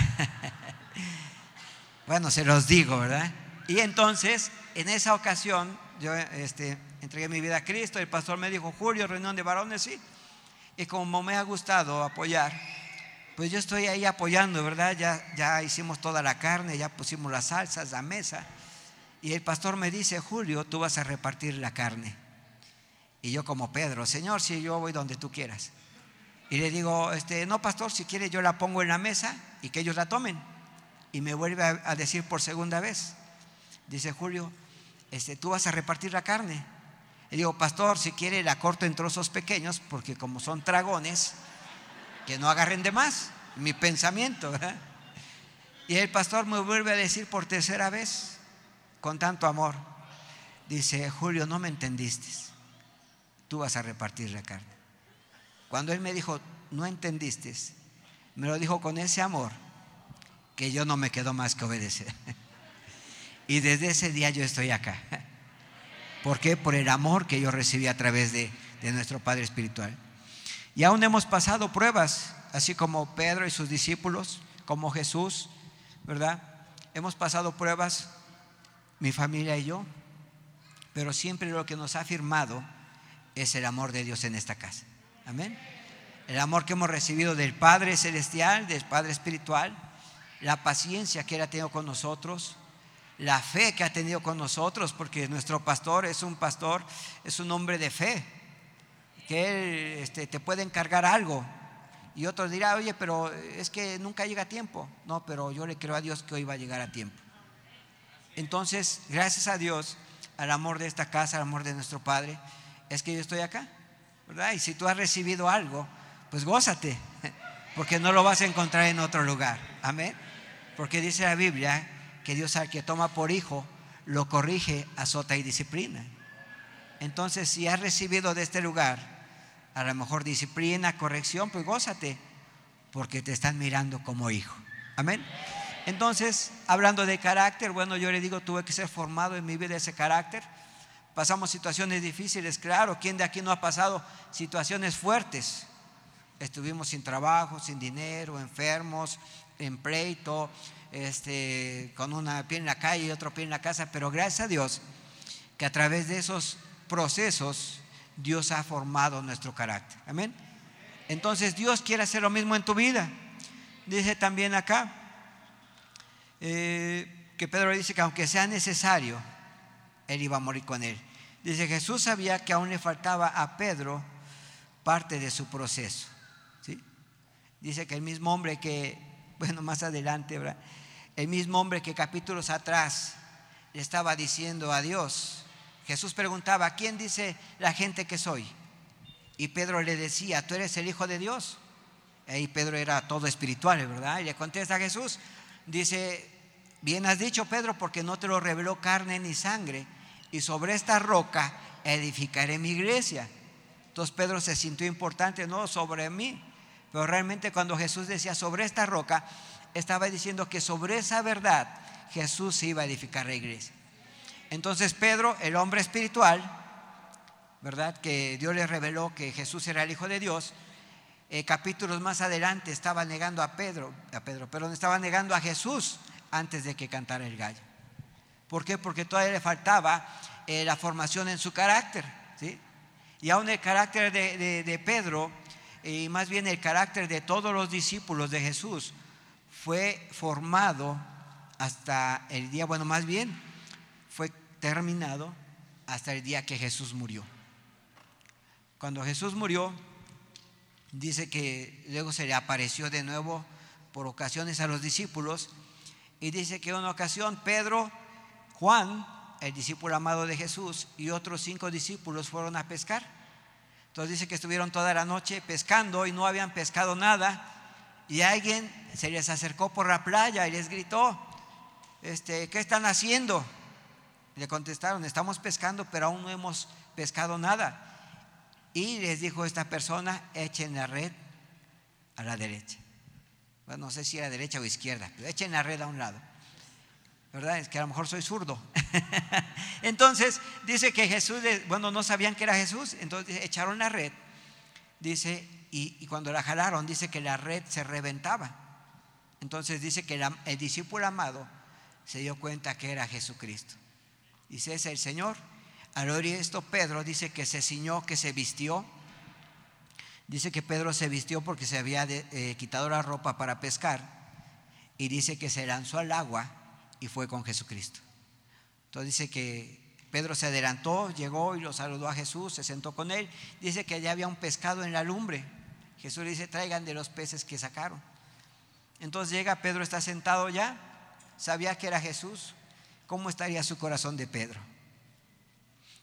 A: Bueno, se los digo, ¿verdad? Y entonces, en esa ocasión, yo entregué mi vida a Cristo. El pastor me dijo: Julio, reunión de varones, sí. Y como me ha gustado apoyar, pues yo estoy ahí apoyando, ¿verdad? Ya hicimos toda la carne, ya pusimos las salsas, la mesa. Y el pastor me dice: Julio, tú vas a repartir la carne. Y yo, como Pedro: Señor, si yo voy donde tú quieras. Y le digo: no, pastor, si quiere yo la pongo en la mesa y que ellos la tomen. Y me vuelve a decir por segunda vez, dice: Julio, tú vas a repartir la carne. Le digo, pastor, si quiere la corto en trozos pequeños, porque como son dragones, que no agarren de más. Mi pensamiento, ¿verdad? Y el pastor me vuelve a decir por tercera vez, con tanto amor, dice, Julio, no me entendiste, tú vas a repartir la carne. Cuando él me dijo, no entendiste, me lo dijo con ese amor, que yo no me quedo más que obedecer. Y desde ese día yo estoy acá. ¿Por qué? Por el amor que yo recibí a través de nuestro Padre Espiritual. Y aún hemos pasado pruebas, así como Pedro y sus discípulos, como Jesús, ¿verdad? Hemos pasado pruebas, mi familia y yo, pero siempre lo que nos ha firmado es el amor de Dios en esta casa. Amén. El amor que hemos recibido del Padre Celestial, del Padre Espiritual, la paciencia que Él ha tenido con nosotros, la fe que ha tenido con nosotros, porque nuestro pastor, es un hombre de fe, que Él te puede encargar algo. Y otros dirán, oye, pero es que nunca llega a tiempo. No, pero yo le creo a Dios que hoy va a llegar a tiempo. Entonces, gracias a Dios, al amor de esta casa, al amor de nuestro Padre, es que yo estoy acá, ¿verdad? Y si tú has recibido algo, pues gózate, porque no lo vas a encontrar en otro lugar. Amén. Porque dice la Biblia que Dios, al que toma por hijo, lo corrige, azota y disciplina. Entonces, si has recibido de este lugar, a lo mejor disciplina, corrección, pues gózate, porque te están mirando como hijo. Amén. Entonces, hablando de carácter, bueno, yo le digo, tuve que ser formado en mi vida ese carácter. Pasamos situaciones difíciles, claro. ¿Quién de aquí no ha pasado situaciones fuertes? Estuvimos sin trabajo, sin dinero, enfermos, en pleito, con una pie en la calle y otro pie en la casa. Pero gracias a Dios que a través de esos procesos Dios ha formado nuestro carácter. Amén. Entonces Dios quiere hacer lo mismo en tu vida. Dice también acá que Pedro dice que aunque sea necesario, él iba a morir con él. Dice, Jesús sabía que aún le faltaba a Pedro parte de su proceso, ¿sí? Dice que el mismo hombre que, bueno, más adelante, ¿verdad? El mismo hombre que capítulos atrás le estaba diciendo a Dios, Jesús preguntaba, ¿quién dice la gente que soy? Y Pedro le decía, tú eres el Hijo de Dios. Ahí Pedro era todo espiritual, ¿verdad? Y le contesta a Jesús, dice, bien has dicho, Pedro, porque no te lo reveló carne ni sangre, y sobre esta roca edificaré mi iglesia. Entonces Pedro se sintió importante, no sobre mí, pero realmente cuando Jesús decía sobre esta roca, estaba diciendo que sobre esa verdad Jesús iba a edificar la iglesia. Entonces Pedro, el hombre espiritual, ¿verdad? Que Dios le reveló que Jesús era el Hijo de Dios, capítulos más adelante estaba negando estaba negando a Jesús antes de que cantara el gallo. ¿Por qué? Porque todavía le faltaba la formación en su carácter, ¿sí? Y aún el carácter de Pedro, y más bien el carácter de todos los discípulos de Jesús, fue formado hasta el día, bueno, más bien fue terminado hasta el día que Jesús murió. Cuando Jesús murió, dice que luego se le apareció de nuevo por ocasiones a los discípulos, y dice que en una ocasión Pedro, Juan, el discípulo amado de Jesús, y otros 5 discípulos fueron a pescar. Entonces dice que estuvieron toda la noche pescando y no habían pescado nada, y alguien se les acercó por la playa y les gritó, ¿qué están haciendo? Y le contestaron, estamos pescando, pero aún no hemos pescado nada. Y les dijo esta persona, echen la red a la derecha. Bueno, no sé si a la derecha o izquierda, pero echen la red a un lado, ¿verdad? Es que a lo mejor soy zurdo. Entonces dice que Jesús, bueno, no sabían que era Jesús, entonces echaron la red, dice, y cuando la jalaron, dice que la red se reventaba. Entonces dice que el discípulo amado se dio cuenta que era Jesucristo. Dice, es el Señor. Al oír esto, Pedro dice que se ciñó, que se vistió. Dice que Pedro se vistió porque se había quitado la ropa para pescar, y dice que se lanzó al agua y fue con Jesucristo. Entonces dice que Pedro se adelantó, llegó y lo saludó a Jesús, se sentó con él. Dice que allá había un pescado en la lumbre. Jesús le dice, traigan de los peces que sacaron. Entonces llega Pedro, está sentado ya, sabía que era Jesús. ¿Cómo estaría su corazón de Pedro?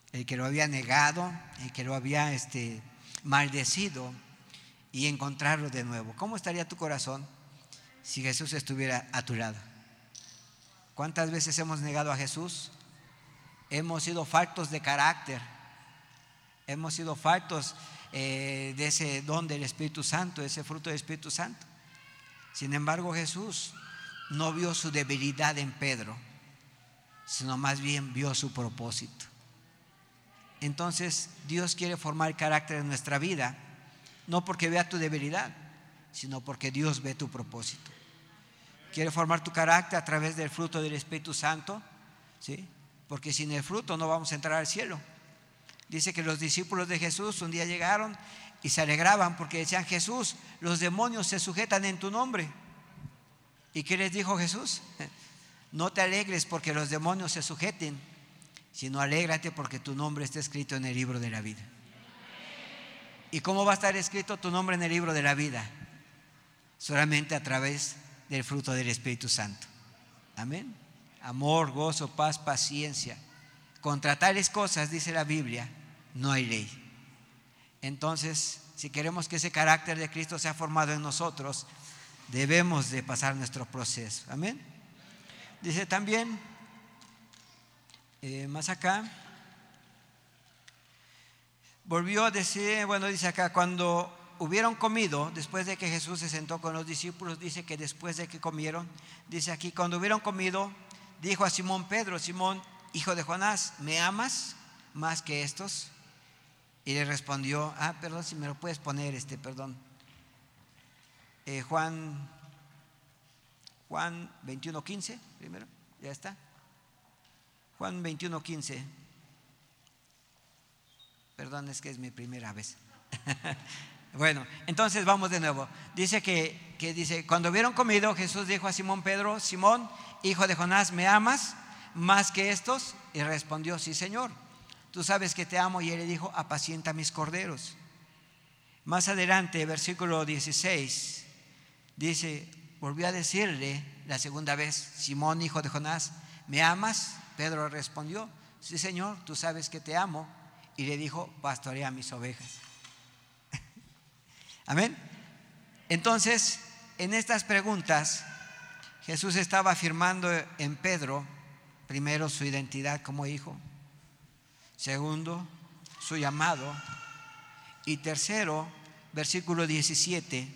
A: el que lo había negado, el que lo había maldecido, y encontrarlo de nuevo. ¿Cómo estaría tu corazón si Jesús estuviera a tu lado? ¿Cuántas veces hemos negado a Jesús? Hemos sido faltos de carácter, hemos sido faltos de ese don del Espíritu Santo, ese fruto del Espíritu Santo. Sin embargo, Jesús no vio su debilidad en Pedro, sino más bien vio su propósito. Entonces, Dios quiere formar carácter en nuestra vida, no porque vea tu debilidad, sino porque Dios ve tu propósito. Quiere formar tu carácter a través del fruto del Espíritu Santo, ¿sí? Porque sin el fruto no vamos a entrar al cielo. Dice que los discípulos de Jesús un día llegaron y se alegraban porque decían: Jesús, los demonios se sujetan en tu nombre. ¿Y qué les dijo Jesús? No te alegres porque los demonios se sujeten, sino alégrate porque tu nombre está escrito en el libro de la vida. ¿Y cómo va a estar escrito tu nombre en el libro de la vida? Solamente a través del fruto del Espíritu Santo. Amén. Amor, gozo, paz, paciencia. Contra tales cosas, dice la Biblia, no hay ley. Entonces, si queremos que ese carácter de Cristo sea formado en nosotros, debemos de pasar nuestro proceso. Amén. Dice también, más acá, volvió a decir, dice acá, cuando hubieron comido, después de que Jesús se sentó con los discípulos, dice que después de que comieron, dice aquí, cuando hubieron comido, dijo a Simón Pedro: Simón, hijo de Jonás, ¿me amas más que estos? Y le respondió, perdón, si me lo puedes poner, perdón, Juan 21:15, primero, ya está. Juan 21:15. Perdón, es que es mi primera vez. Bueno, entonces vamos de nuevo. Dice dice, cuando hubieron comido, Jesús dijo a Simón Pedro: Simón, hijo de Jonás, ¿me amas más que estos? Y respondió: sí, Señor, tú sabes que te amo. Y él le dijo: apacienta mis corderos. Más adelante, versículo 16, dice, volvió a decirle la segunda vez: Simón, hijo de Jonás, ¿me amas? Pedro respondió: sí, Señor, tú sabes que te amo. Y le dijo: pastorea mis ovejas. Amén. Entonces, en estas preguntas, Jesús estaba afirmando en Pedro, primero, su identidad como hijo; segundo, su llamado; y tercero, versículo 17,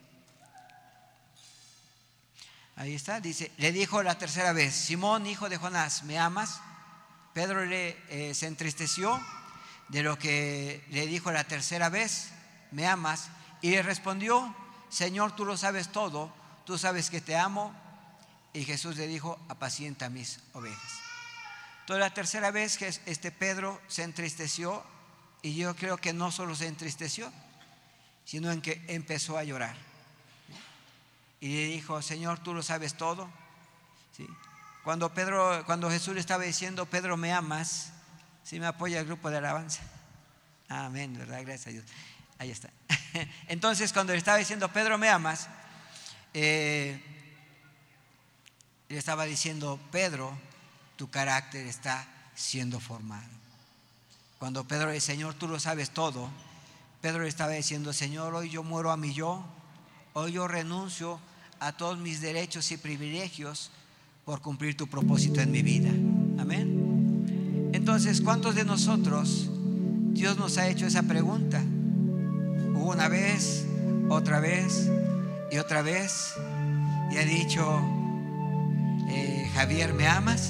A: ahí está, dice, le dijo la tercera vez: Simón, hijo de Jonás, ¿me amas? Pedro se entristeció de lo que le dijo la tercera vez: ¿me amas? Y le respondió: Señor, tú lo sabes todo, tú sabes que te amo. Y Jesús le dijo: apacienta mis ovejas. Entonces, la tercera vez que Pedro se entristeció, y yo creo que no solo se entristeció, sino en que empezó a llorar. Y le dijo: Señor, tú lo sabes todo. ¿Sí? Cuando Jesús le estaba diciendo: Pedro, ¿me amas? ¿Sí me apoya el grupo de alabanza? Amén, ¿verdad? Gracias a Dios. Ahí está. Entonces, cuando le estaba diciendo: Pedro, ¿me amas? Le estaba diciendo: Pedro, tu carácter está siendo formado. Cuando Pedro le dice: Señor, tú lo sabes todo, Pedro le estaba diciendo: Señor, hoy yo muero a mi yo, hoy yo renuncio a todos mis derechos y privilegios por cumplir tu propósito en mi vida. Amén. Entonces, ¿cuántos de nosotros Dios nos ha hecho esa pregunta? Una vez, otra vez y otra vez, y ha dicho: Javier, ¿me amas?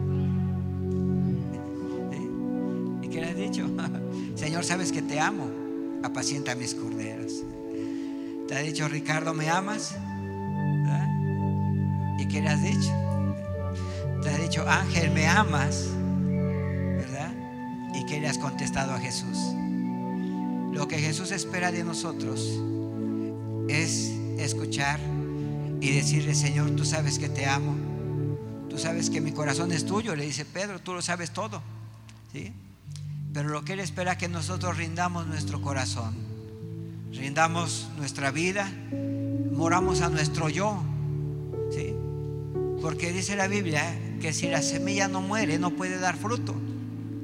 A: ¿Y qué le has dicho? Señor, sabes que te amo, apacienta mis corderos. Te ha dicho: Ricardo, ¿me amas? ¿verdad? ¿Y qué le has dicho? Te ha dicho: Ángel, ¿me amas? ¿Verdad? ¿Y qué le has contestado a Jesús? Lo que Jesús espera de nosotros es escuchar y decirle: Señor, tú sabes que te amo, tú sabes que mi corazón es tuyo. Le dice Pedro: tú lo sabes todo, ¿sí? Pero lo que Él espera es que nosotros rindamos nuestro corazón, rindamos nuestra vida, moramos a nuestro yo, ¿sí? Porque dice la Biblia que si la semilla no muere, no puede dar fruto.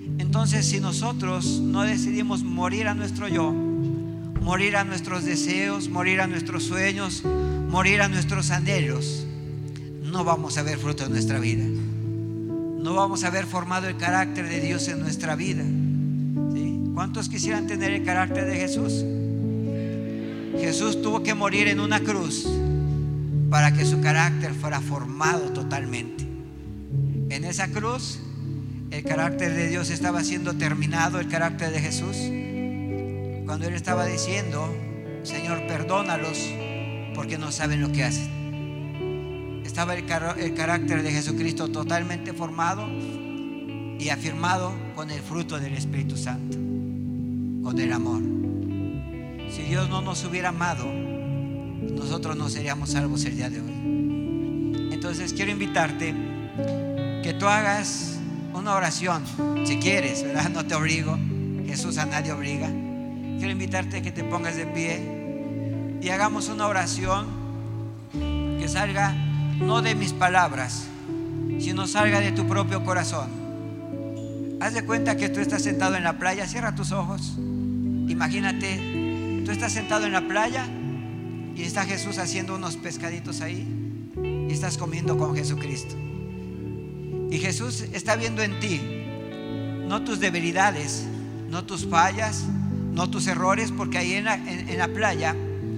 A: Entonces, si nosotros no decidimos morir a nuestro yo, morir a nuestros deseos, morir a nuestros sueños, morir a nuestros anhelos, no vamos a ver fruto en nuestra vida. No vamos a ver formado el carácter de Dios en nuestra vida. ¿Sí? ¿Cuántos quisieran tener el carácter de Jesús? Jesús tuvo que morir en una cruz para que su carácter fuera formado totalmente. En esa cruz el carácter de Dios estaba siendo terminado, el carácter de Jesús, cuando Él estaba diciendo: Señor, perdónalos porque no saben lo que hacen. Estaba el carácter de Jesucristo totalmente formado y afirmado con el fruto del Espíritu Santo, con el amor. Si Dios no nos hubiera amado, nosotros no seríamos salvos el día de hoy. Entonces quiero invitarte que tú hagas una oración, si quieres, ¿verdad? No te obligo, Jesús a nadie obliga. Quiero invitarte a que te pongas de pie y hagamos una oración que salga no de mis palabras, sino salga de tu propio corazón. Haz de cuenta que tú estás sentado en la playa. Cierra tus ojos. Imagínate, tú estás sentado en la playa y está Jesús haciendo unos pescaditos ahí y estás comiendo con Jesucristo. Y Jesús está viendo en ti, no tus debilidades, no tus fallas, no tus errores, porque ahí en la playa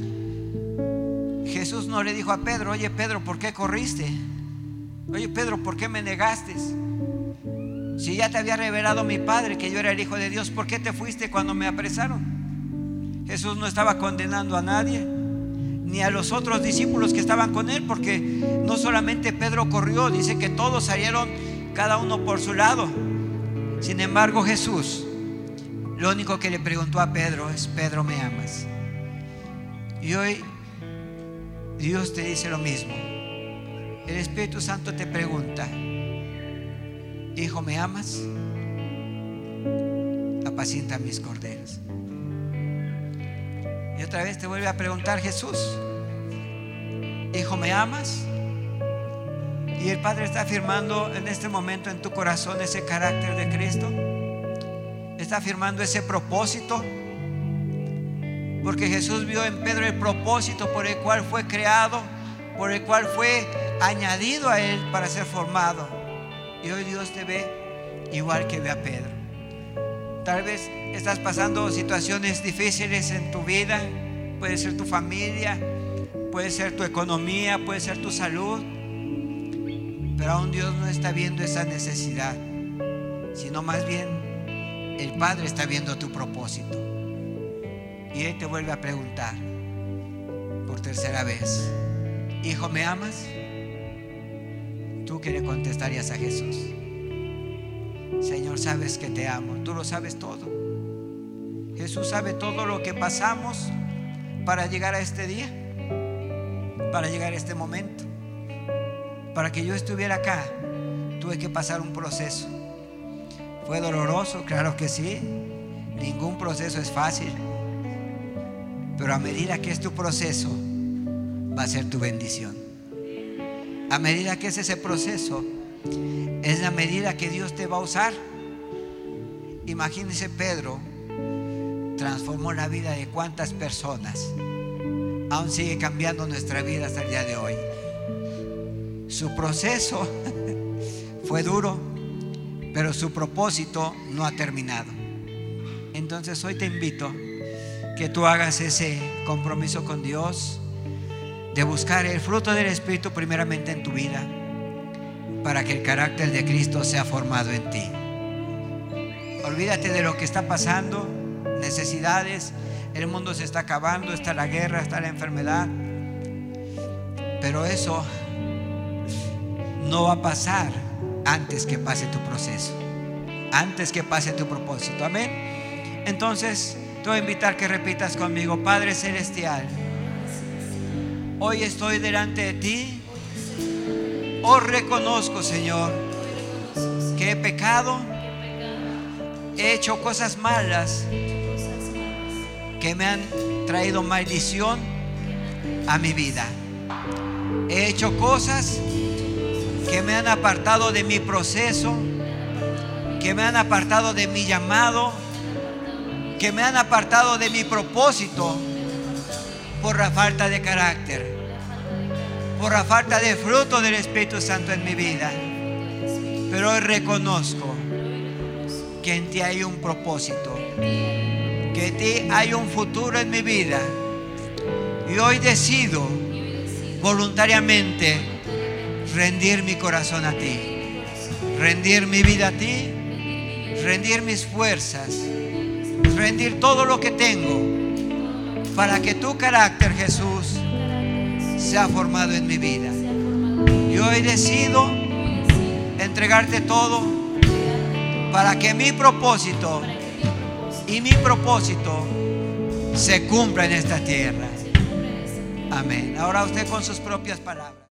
A: Jesús no le dijo a Pedro: oye Pedro, ¿por qué corriste? Oye Pedro, ¿por qué me negaste? Si ya te había revelado mi Padre que yo era el Hijo de Dios, ¿por qué te fuiste cuando me apresaron? Jesús no estaba condenando a nadie, ni a los otros discípulos que estaban con él, porque no solamente Pedro corrió, dice que todos salieron cada uno por su lado. Sin embargo, Jesús lo único que le preguntó a Pedro es: Pedro, ¿me amas? Y hoy Dios te dice lo mismo. El Espíritu Santo te pregunta: hijo, ¿me amas? Apacienta mis corderos. Y otra vez te vuelve a preguntar Jesús: hijo, ¿me amas? Y el Padre está afirmando en este momento en tu corazón ese carácter de Cristo. Está afirmando ese propósito, porque Jesús vio en Pedro el propósito por el cual fue creado, por el cual fue añadido a él para ser formado. Y hoy Dios te ve igual que ve a Pedro. Tal vez estás pasando situaciones difíciles en tu vida. Puede ser tu familia, puede ser tu economía, puede ser tu salud. Pero aún Dios no está viendo esa necesidad, sino más bien el Padre está viendo tu propósito. Y Él te vuelve a preguntar por tercera vez: hijo, ¿me amas? ¿Tú qué le contestarías a Jesús? Señor, sabes que te amo. Tú lo sabes todo. Jesús sabe todo lo que pasamos para llegar a este día, para llegar a este momento. Para que yo estuviera acá, tuve que pasar un proceso. ¿Fue doloroso? Claro que sí. Ningún proceso es fácil. Pero a medida que es tu proceso, va a ser tu bendición. A medida que es ese proceso, es la medida que Dios te va a usar. Imagínese, Pedro transformó la vida de cuántas personas. Aún sigue cambiando nuestra vida hasta el día de hoy. Su proceso fue duro, pero su propósito no ha terminado. Entonces hoy te invito que tú hagas ese compromiso con Dios de buscar el fruto del Espíritu primeramente en tu vida, para que el carácter de Cristo sea formado en ti. Olvídate de lo que está pasando, necesidades, el mundo se está acabando, está la guerra, está la enfermedad, pero eso no va a pasar antes que pase tu proceso, antes que pase tu propósito. Amén. Entonces te voy a invitar que repitas conmigo: Padre Celestial, hoy estoy delante de ti. Hoy reconozco, Señor, que he pecado, he hecho cosas malas que me han traído maldición a mi vida. He hecho cosas que me han apartado de mi proceso, que me han apartado de mi llamado, que me han apartado de mi propósito por la falta de carácter, por la falta de fruto del Espíritu Santo en mi vida. Pero hoy reconozco que en ti hay un propósito, que en ti hay un futuro en mi vida. Y hoy decido voluntariamente rendir mi corazón a ti, rendir mi vida a ti, rendir mis fuerzas, rendir todo lo que tengo para que tu carácter, Jesús, sea formado en mi vida. Y hoy decido entregarte todo para que mi propósito se cumpla en esta tierra. Amén. Ahora usted con sus propias palabras.